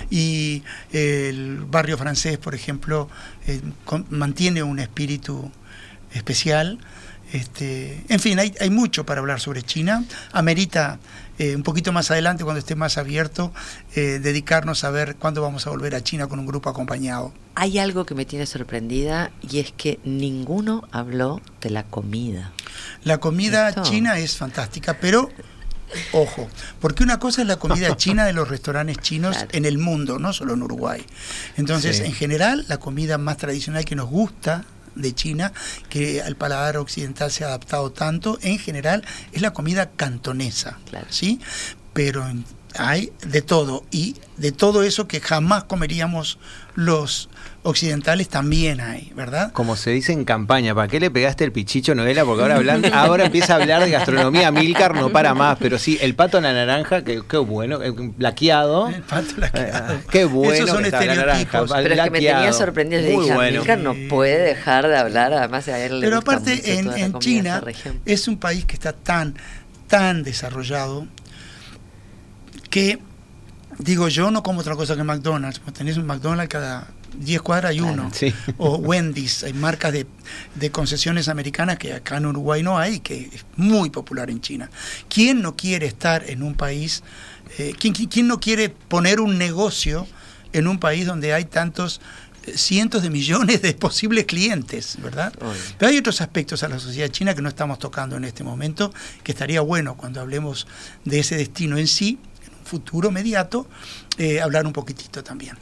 y el barrio francés, por ejemplo, eh, con, mantiene un espíritu especial. Este, en fin, hay, hay mucho para hablar sobre China. Amerita eh, un poquito más adelante, cuando esté más abierto, eh, dedicarnos a ver cuándo vamos a volver a China con un grupo acompañado. Hay algo que me tiene sorprendida y es que ninguno habló de la comida. La comida ¿Esto? china es fantástica, pero ojo, porque una cosa es la comida china de los restaurantes chinos Claro. en el mundo, no solo en Uruguay. Entonces, Sí. en general, la comida más tradicional que nos gusta de China, que al paladar occidental se ha adaptado tanto, en general es la comida cantonesa, Claro. ¿sí? Pero en- hay de todo, y de todo eso que jamás comeríamos los occidentales también hay, ¿verdad? Como se dice en campaña, ¿para qué le pegaste el pichicho, Noela? Porque ahora, hablan, ahora empieza a hablar de gastronomía. Milcar no para más, pero sí, el pato en la naranja, que qué bueno, eh, laqueado. El pato laqueado. Eh, qué bueno. Esos son que está la naranja, estereotipos. Pero es que me tenía laqueado. sorprendida. Le Muy dije, bueno. Amílcar no puede dejar de hablar, además a él le Pero gusta aparte, mucho en, toda la en comida de esa China región. es un país que está tan, tan desarrollado que, digo, yo no como otra cosa que McDonald's. Pues tenés un McDonald's cada diez cuadras hay uno. Sí. O Wendy's, hay marcas de, de concesiones americanas que acá en Uruguay no hay, que es muy popular en China. ¿Quién no quiere estar en un país, eh, ¿quién, quién- quién no quiere poner un negocio en un país donde hay tantos eh, cientos de millones de posibles clientes, ¿verdad? Obvio. Pero hay otros aspectos a la sociedad china que no estamos tocando en este momento, que estaría bueno cuando hablemos de ese destino en sí, en un futuro inmediato, eh, hablar un poquitito también.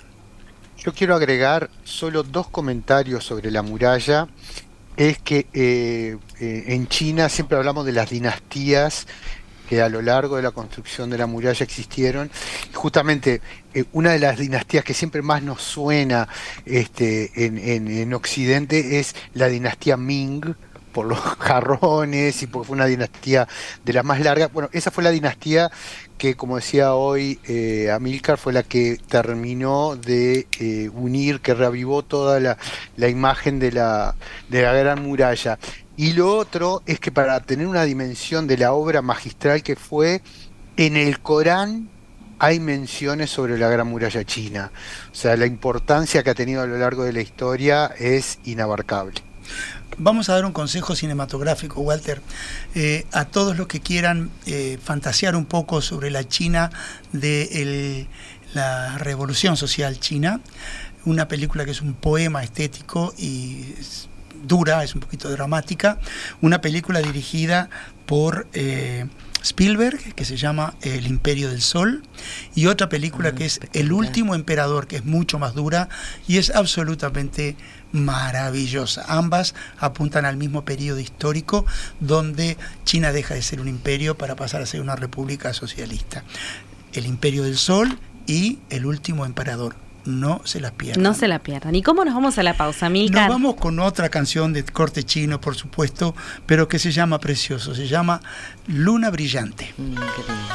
Yo quiero agregar solo dos comentarios sobre la muralla. Es que eh, eh, en China siempre hablamos de las dinastías que a lo largo de la construcción de la muralla existieron. Justamente eh, una de las dinastías que siempre más nos suena este, en, en, en Occidente es la dinastía Ming, por los jarrones y porque fue una dinastía de las más largas. Bueno, esa fue la dinastía que, como decía hoy eh, Amílcar, fue la que terminó de eh, unir, que reavivó toda la, la imagen de la, de la Gran Muralla. Y lo otro es que para tener una dimensión de la obra magistral que fue, en el Corán hay menciones sobre la Gran Muralla China. O sea, la importancia que ha tenido a lo largo de la historia es inabarcable. Vamos a dar un consejo cinematográfico, Walter, eh, a todos los que quieran eh, fantasear un poco sobre la China de el- la Revolución Social China, una película que es un poema estético y es dura, es un poquito dramática, una película dirigida por eh, Spielberg, que se llama El Imperio del Sol, y otra película Mm, que es El espectacular. Último Emperador, que es mucho más dura y es absolutamente maravillosa. Ambas apuntan al mismo periodo histórico donde China deja de ser un imperio para pasar a ser una república socialista. El Imperio del Sol y El Último Emperador. No se las pierdan. No se la pierdan. ¿Y cómo nos vamos a la pausa, Milcar? Nos vamos con otra canción de corte chino, por supuesto, pero que se llama precioso. Se llama Luna Brillante. Mm, qué lindo.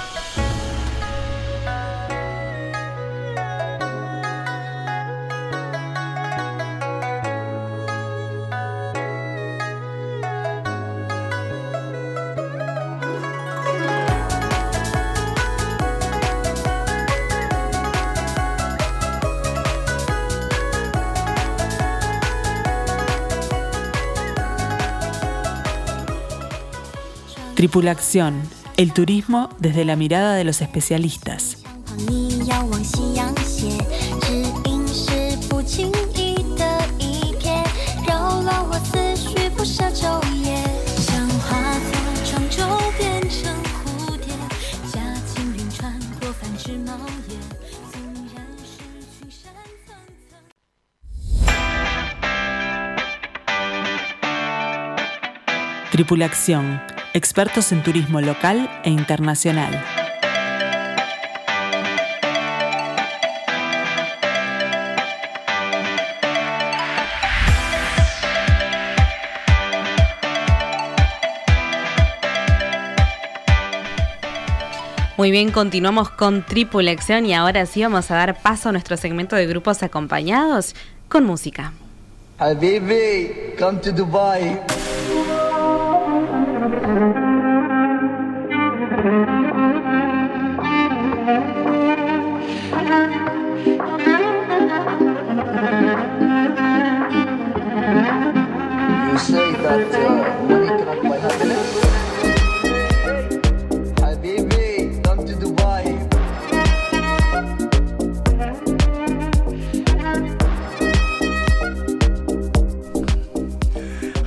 ，Tripulación, el turismo desde la mirada de los especialistas. 你要往夕阳斜，只因是不经意的一瞥，扰乱我思绪不舍昼夜，像化作长洲变成蝴蝶，驾轻云穿过繁枝茂叶，纵然是群山层层。 Tripulación, expertos en turismo local e internacional. Muy bien, continuamos con Tripulación y ahora sí vamos a dar paso a nuestro segmento de grupos acompañados con música. Habibi, come to Dubai. You say that uh, money cannot buy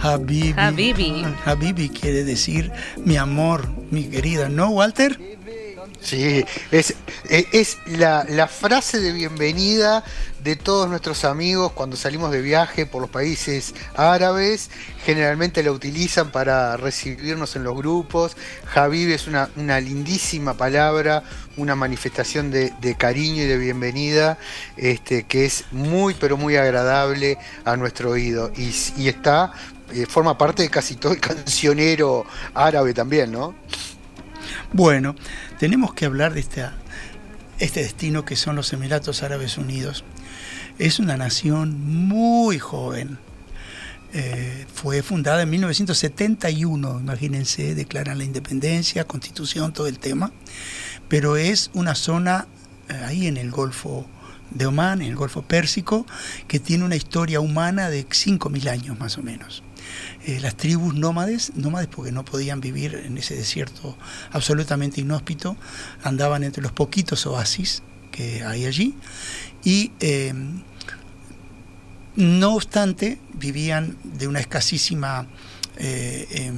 Habibi. Habibi. Habibi quiere decir mi amor, mi querida, ¿no, Walter? Sí, es, es la, la frase de bienvenida de todos nuestros amigos cuando salimos de viaje por los países árabes. Generalmente la utilizan para recibirnos en los grupos. Habibi es una, una lindísima palabra, una manifestación de, de cariño y de bienvenida, este, que es muy pero muy agradable a nuestro oído. Y, y está, eh, forma parte de casi todo el cancionero árabe también, ¿no? Bueno, tenemos que hablar de esta, este destino que son los Emiratos Árabes Unidos. Es una nación muy joven. Eh, fue fundada en mil novecientos setenta y uno, imagínense, declaran la independencia, constitución, todo el tema. Pero es una zona eh, ahí en el Golfo de Omán, en el Golfo Pérsico, que tiene una historia humana de cinco mil años más o menos. Eh, las tribus nómades, nómades porque no podían vivir en ese desierto absolutamente inhóspito, andaban entre los poquitos oasis que hay allí y eh, no obstante vivían de una escasísima eh, eh,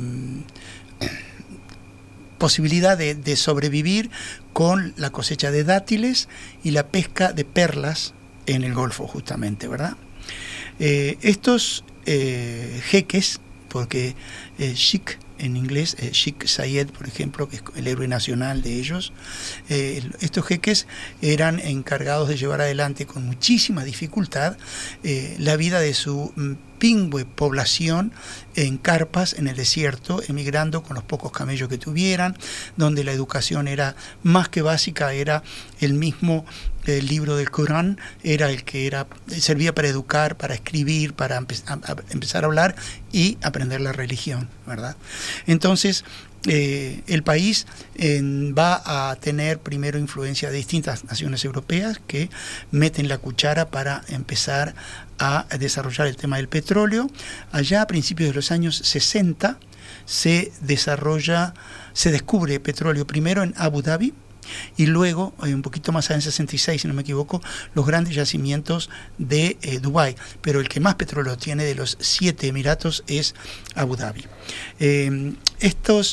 posibilidad de, de sobrevivir con la cosecha de dátiles y la pesca de perlas en el Golfo justamente, ¿verdad? Eh, estos eh, jeques, porque eh, Sheikh en inglés, eh, Sheikh Zayed, por ejemplo, que es el héroe nacional de ellos, eh, estos jeques eran encargados de llevar adelante con muchísima dificultad eh, la vida de su pingüe población en carpas en el desierto, emigrando con los pocos camellos que tuvieran, donde la educación era más que básica, era el mismo el libro del Corán, era el que era servía para educar, para escribir, para empe- a, a empezar a hablar y aprender la religión, ¿verdad? Entonces, Eh, el país eh, va a tener primero influencia de distintas naciones europeas que meten la cuchara para empezar a desarrollar el tema del petróleo. Allá a principios de los años sesenta se desarrolla, se descubre petróleo primero en Abu Dhabi y luego, eh, un poquito más allá en sesenta y seis, si no me equivoco, los grandes yacimientos de eh, Dubái, pero el que más petróleo tiene de los siete Emiratos es Abu Dhabi. Eh, estos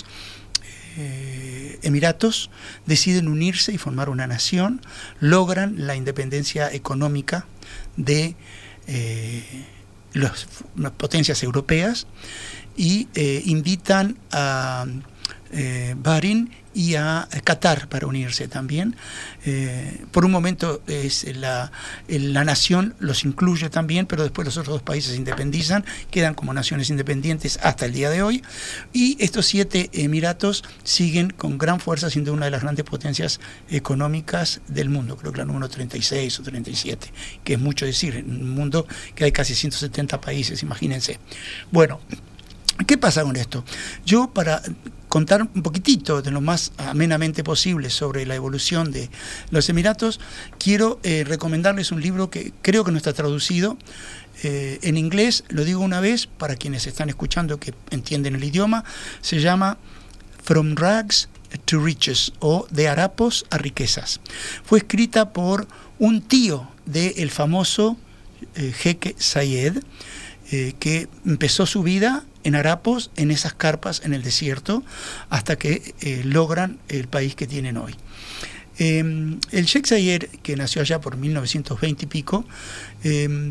eh, Emiratos deciden unirse y formar una nación, logran la independencia económica de eh, los, las potencias europeas y eh, invitan a eh, Bahrein y a Qatar para unirse también. Eh, por un momento es la, la nación los incluye también, pero después los otros dos países se independizan, quedan como naciones independientes hasta el día de hoy. Y estos siete emiratos siguen con gran fuerza siendo una de las grandes potencias económicas del mundo. Creo que la número treinta y seis o treinta y siete, que es mucho decir, en un mundo que hay casi ciento setenta países, imagínense. Bueno, ¿qué pasa con esto? Yo, para contar un poquitito de lo más amenamente posible sobre la evolución de los Emiratos, quiero eh, recomendarles un libro que creo que no está traducido eh, en inglés, lo digo una vez para quienes están escuchando que entienden el idioma, se llama From Rags to Riches, o De Harapos a Riquezas. Fue escrita por un tío del famoso eh, jeque Zayed, eh, que empezó su vida en harapos, en esas carpas en el desierto, hasta que eh, logran el país que tienen hoy. Eh, el Sheikh Zayed, que nació allá por mil novecientos veinte y pico, eh,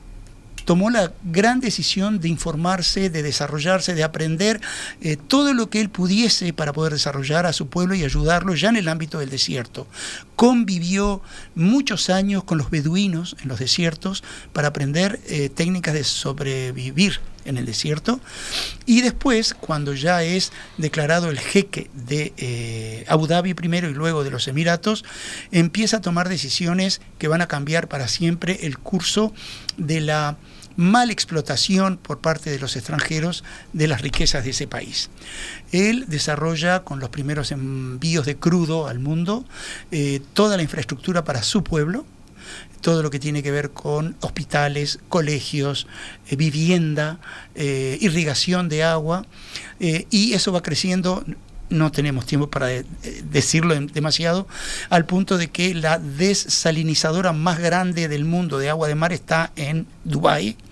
tomó la gran decisión de informarse, de desarrollarse, de aprender eh, todo lo que él pudiese para poder desarrollar a su pueblo y ayudarlo ya en el ámbito del desierto. Convivió muchos años con los beduinos en los desiertos para aprender eh, técnicas de sobrevivir en el desierto, y después, cuando ya es declarado el jeque de eh, Abu Dhabi primero y luego de los Emiratos, empieza a tomar decisiones que van a cambiar para siempre el curso de la mal explotación por parte de los extranjeros de las riquezas de ese país. Él desarrolla con los primeros envíos de crudo al mundo eh, toda la infraestructura para su pueblo, todo lo que tiene que ver con hospitales, colegios, eh, vivienda, eh, irrigación de agua, eh, y eso va creciendo. No tenemos tiempo para de, de decirlo demasiado, al punto de que la desalinizadora más grande del mundo de agua de mar está en Dubái,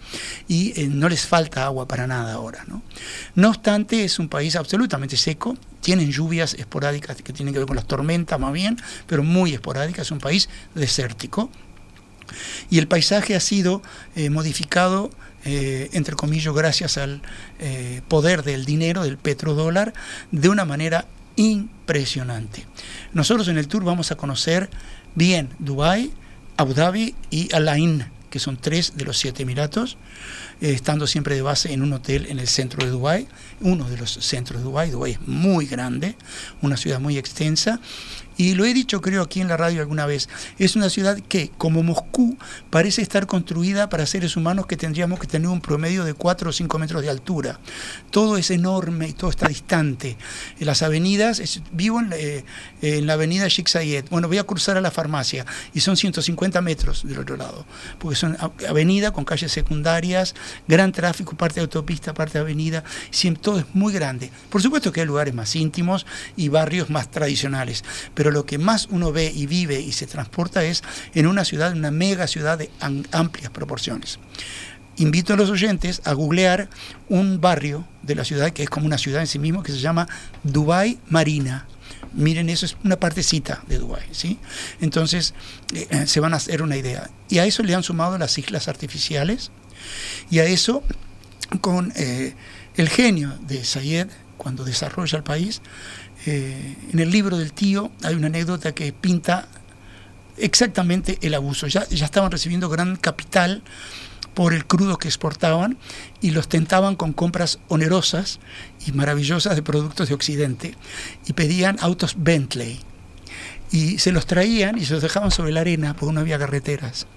y eh, no les falta agua para nada ahora, ¿no? No obstante, es un país absolutamente seco, tienen lluvias esporádicas que tienen que ver con las tormentas más bien, pero muy esporádicas, es un país desértico, y el paisaje ha sido eh, modificado, eh, entre comillas, gracias al eh, poder del dinero, del petrodólar, de una manera impresionante. Nosotros en el tour vamos a conocer bien Dubái, Abu Dhabi y Al Ain, que son tres de los siete Emiratos, eh, estando siempre de base en un hotel en el centro de Dubái, uno de los centros de Dubái. Dubái es muy grande, una ciudad muy extensa, y lo he dicho creo aquí en la radio alguna vez, es una ciudad que, como Moscú, parece estar construida para seres humanos que tendríamos que tener un promedio de cuatro o cinco metros de altura. Todo es enorme y todo está distante. En las avenidas, es, vivo en, eh, en la avenida Sheikh Zayed, bueno, voy a cruzar a la farmacia y son ciento cincuenta metros del otro lado, porque son avenida con calles secundarias, gran tráfico, parte de autopista, parte de avenida, siempre, todo es muy grande. Por supuesto que hay lugares más íntimos y barrios más tradicionales, pero lo que más uno ve y vive y se transporta es en una ciudad, una mega ciudad de amplias proporciones. Invito a los oyentes a googlear un barrio de la ciudad que es como una ciudad en sí mismo, que se llama Dubai Marina. Miren, eso es una partecita de Dubái, ¿sí? Entonces, eh, se van a hacer una idea. Y a eso le han sumado las islas artificiales, y a eso, con eh, el genio de Zayed, cuando desarrolla el país, eh, en el libro del tío hay una anécdota que pinta exactamente el abuso. Ya, ya estaban recibiendo gran capital por el crudo que exportaban y los tentaban con compras onerosas y maravillosas de productos de Occidente, y pedían autos Bentley y se los traían y se los dejaban sobre la arena porque no había carreteras.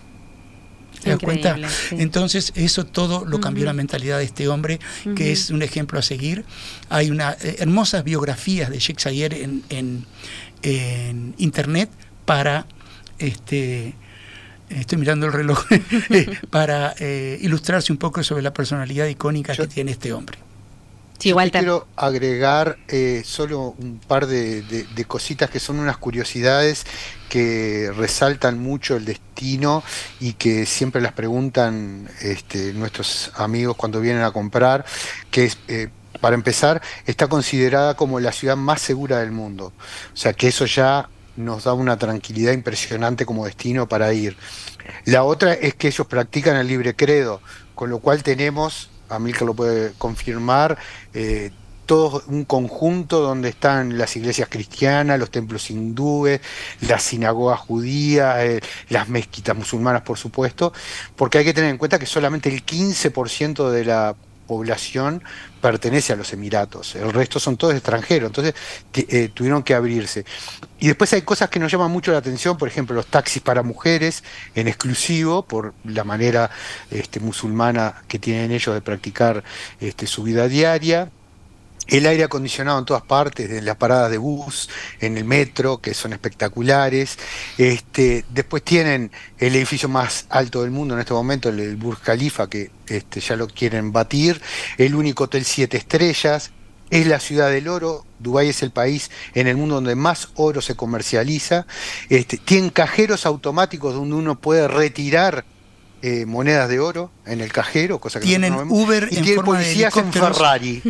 ¿Te das cuenta? Sí. Entonces eso todo lo cambió, uh-huh. la mentalidad de este hombre, que uh-huh. es un ejemplo a seguir. Hay una eh, hermosas biografías de Sheikh Zayed en, en, en internet para este estoy mirando el reloj para eh, ilustrarse un poco sobre la personalidad icónica Yo, que tiene este hombre. Sí, igual te quiero agregar eh, solo un par de, de, de cositas que son unas curiosidades que resaltan mucho el destino y que siempre las preguntan este, nuestros amigos cuando vienen a comprar, que es, eh, para empezar, está considerada como la ciudad más segura del mundo. O sea que eso ya nos da una tranquilidad impresionante como destino para ir. La otra es que ellos practican el libre credo, con lo cual tenemos, Amílcar lo puede confirmar, eh, todo un conjunto donde están las iglesias cristianas, los templos hindúes, las sinagogas judías, eh, las mezquitas musulmanas, por supuesto, porque hay que tener en cuenta que solamente el quince por ciento de la población pertenece a los Emiratos, el resto son todos extranjeros, entonces eh, tuvieron que abrirse. Y después hay cosas que nos llaman mucho la atención, por ejemplo los taxis para mujeres en exclusivo, por la manera este, musulmana que tienen ellos de practicar este, su vida diaria. El aire acondicionado en todas partes, en las paradas de bus, en el metro, que son espectaculares. Este, después tienen el edificio más alto del mundo en este momento, el, el Burj Khalifa, que este, ya lo quieren batir. El único hotel siete estrellas. Es la ciudad del oro. Dubái es el país en el mundo donde más oro se comercializa. Este, tienen cajeros automáticos donde uno puede retirar Eh, monedas de oro en el cajero, cosa que tienen no vemos. Uber y en tienen forma de policías en Ferrari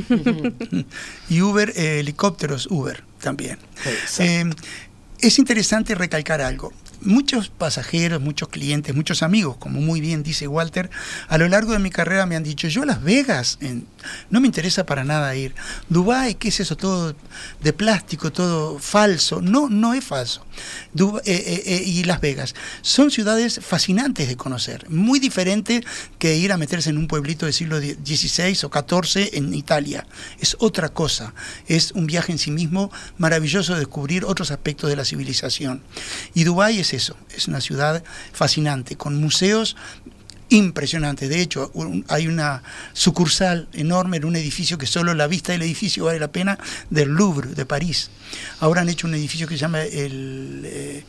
y Uber eh, helicópteros Uber también. Eh, es interesante recalcar algo. Muchos pasajeros, muchos clientes, muchos amigos, como muy bien dice Walter, a lo largo de mi carrera me han dicho, yo a Las Vegas en, no me interesa para nada ir. Dubái, ¿qué es eso? Todo de plástico, todo falso. No, no es falso. Dubái, eh, eh, eh, y Las Vegas son ciudades fascinantes de conocer, muy diferente que ir a meterse en un pueblito del siglo dieciséis o catorce en Italia. Es otra cosa, es un viaje en sí mismo maravilloso de descubrir otros aspectos de la civilización. Y Dubái es eso, es una ciudad fascinante, con museos impresionantes. De hecho, un, hay una sucursal enorme en un edificio que solo la vista del edificio vale la pena, del Louvre de París. Ahora han hecho un edificio que se llama el, eh,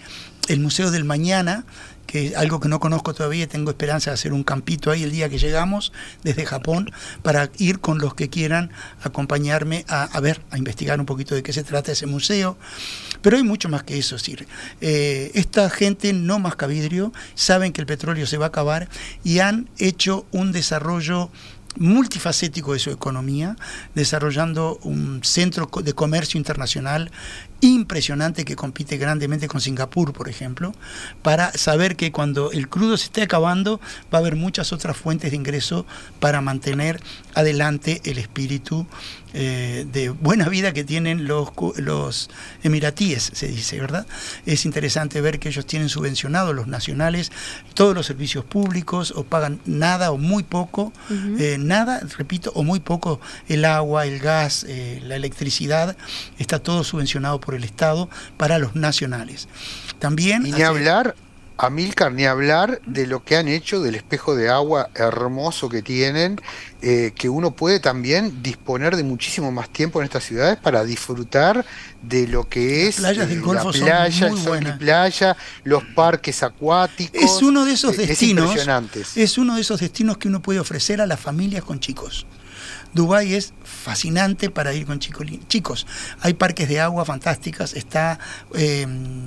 el Museo del Mañana, que es algo que no conozco todavía, tengo esperanza de hacer un campito ahí el día que llegamos desde Japón, para ir con los que quieran acompañarme a, a ver, a investigar un poquito de qué se trata ese museo. Pero hay mucho más que eso, Sir. Eh, esta gente no masca vidrio, saben que el petróleo se va a acabar y han hecho un desarrollo multifacético de su economía, desarrollando un centro de comercio internacional impresionante que compite grandemente con Singapur, por ejemplo, para saber que cuando el crudo se esté acabando va a haber muchas otras fuentes de ingreso para mantener adelante el espíritu eh, de buena vida que tienen los, los emiratíes, se dice, ¿verdad? Es interesante ver que ellos tienen subvencionados, los nacionales, todos los servicios públicos, o pagan nada o muy poco, uh-huh. eh, nada, repito, o muy poco, el agua, el gas, eh, la electricidad, está todo subvencionado por el Estado para los nacionales. También y ni hace... hablar, Amílcar, ni hablar de lo que han hecho del espejo de agua hermoso que tienen, eh, que uno puede también disponer de muchísimo más tiempo en estas ciudades para disfrutar de lo que es las playas del eh, Golfo la playa, son muy el sol y buenas. playa, los parques acuáticos. Es uno de esos eh, destinos, es, es uno de esos destinos que uno puede ofrecer a las familias con chicos. Dubái es fascinante para ir con chicos. chicos. Hay parques de agua fantásticas, está eh,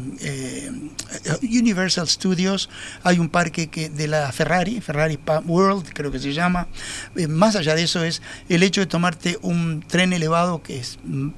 eh, Universal Studios, hay un parque que de la Ferrari, Ferrari World creo que se llama. Eh, más allá de eso es el hecho de tomarte un tren elevado que es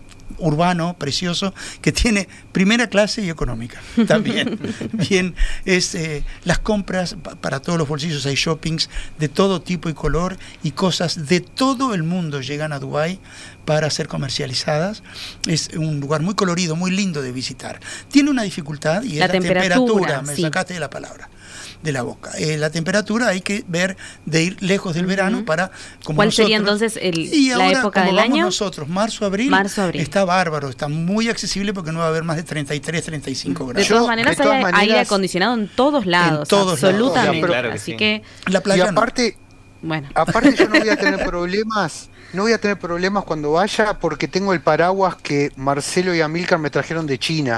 urbano, precioso, que tiene primera clase y económica también. Bien, es eh, las compras pa para todos los bolsillos, hay shoppings de todo tipo y color, y cosas de todo el mundo llegan a Dubái para ser comercializadas. Es un lugar muy colorido, muy lindo de visitar. Tiene una dificultad y es la, la temperatura, temperatura. Me sí. sacaste de la palabra. de la boca. Eh, la temperatura hay que ver de ir lejos del verano uh-huh. para... Como ¿Cuál nosotros, sería entonces el, y la ahora, época como del vamos año? Nosotros, marzo, abril, marzo, abril, está bárbaro, está muy accesible porque no va a haber más de treinta y tres, treinta y cinco grados. De todas maneras, de todas hay maneras, aire acondicionado en todos lados, en todos absolutamente. Lados. Claro que Así sí. que... La playa y aparte... No. Bueno. Aparte yo no voy a tener problemas, no voy a tener problemas cuando vaya porque tengo el paraguas que Marcelo y Amílcar me trajeron de China.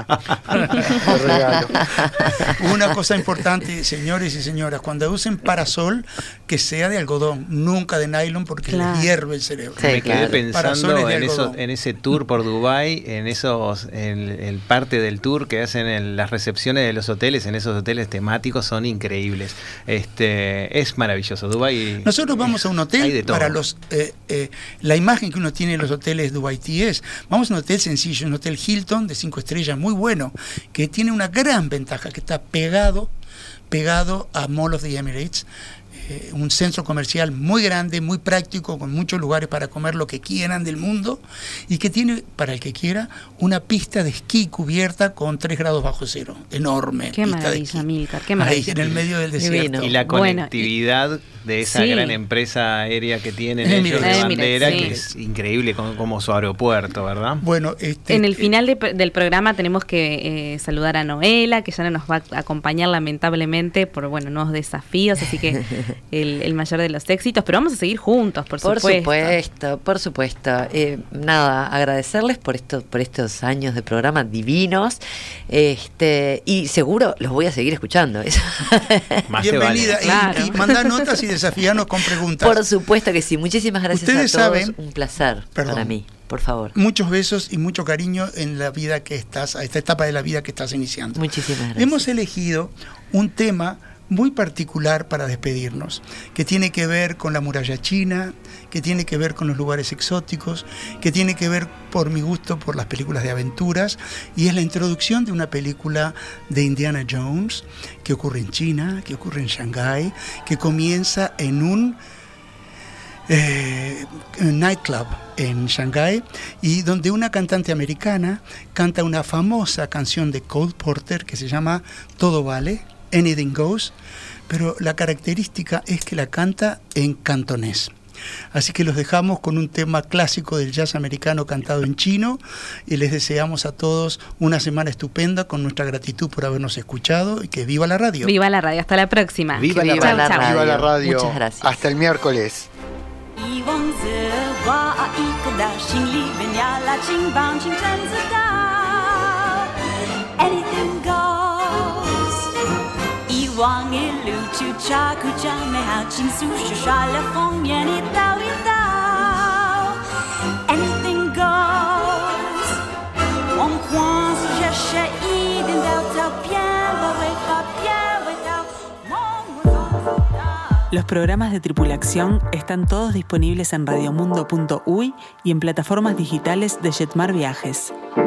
De regalo. Una cosa importante, señores y señoras, cuando usen parasol, que sea de algodón, nunca de nylon porque claro. les hierve el cerebro. Sí, me quedé claro. pensando en, eso, en ese tour por Dubái, en esos, en el parte del tour que hacen en las recepciones de los hoteles, en esos hoteles temáticos, son increíbles. Este, es maravilloso. Dubái. Nosotros vamos a un hotel para los eh, eh, la imagen que uno tiene en los hoteles dubaitíes. Vamos a un hotel sencillo, un hotel Hilton de cinco estrellas, muy bueno, que tiene una gran ventaja, que está pegado, pegado a Mall of the Emirates. Eh, un centro comercial muy grande, muy práctico, con muchos lugares para comer lo que quieran del mundo, y que tiene, para el que quiera, una pista de esquí cubierta con tres grados bajo cero, enorme. Qué maravilla, Amílcar, qué maravilla. Ahí en el medio del desierto. Y la conectividad bueno, de esa sí. gran empresa aérea que tienen ellos de bandera, sí. que es increíble como, como su aeropuerto, ¿verdad? Bueno, este, en el final de, del programa tenemos que eh, saludar a Noela, que ya no nos va a acompañar lamentablemente por bueno nuevos desafíos, así que el, el mayor de los éxitos, pero vamos a seguir juntos, por, por supuesto. Por supuesto, por supuesto. Eh, nada, agradecerles por esto, por estos años de programa divinos, este y seguro los voy a seguir escuchando. Más bienvenida, vale. y, claro. y manda notas y desafíanos con preguntas. Por supuesto que sí, muchísimas gracias Ustedes a todos, saben, un placer perdón, para mí. Por favor. Muchos besos y mucho cariño en la vida que estás, a esta etapa de la vida que estás iniciando. Muchísimas gracias. Hemos elegido un tema muy particular para despedirnos, que tiene que ver con la muralla china, que tiene que ver con los lugares exóticos, que tiene que ver, por mi gusto, por las películas de aventuras, y es la introducción de una película de Indiana Jones, que ocurre en China, que ocurre en Shanghái, que comienza en un Eh, nightclub en Shanghái, y donde una cantante americana canta una famosa canción de Cole Porter que se llama Todo Vale, Anything Goes, pero la característica es que la canta en cantonés. Así que los dejamos con un tema clásico del jazz americano cantado en chino, y les deseamos a todos una semana estupenda, con nuestra gratitud por habernos escuchado, y que viva la radio. Viva la radio, hasta la próxima. Viva, la, viva, la, radio. radio. viva la radio. Muchas gracias. Hasta el miércoles. 一望着我一颗的心里面呀啦请帮请真知道 Anything goes 路去查苦将美好情愫写刷了封面，一道一道 ，anything goes。梦狂是这些一点到头偏了尾巴偏尾到梦我走到。 Los programas de Tripulación están todos disponibles en radiomundo punto uy y en plataformas digitales de Jetmar Viajes.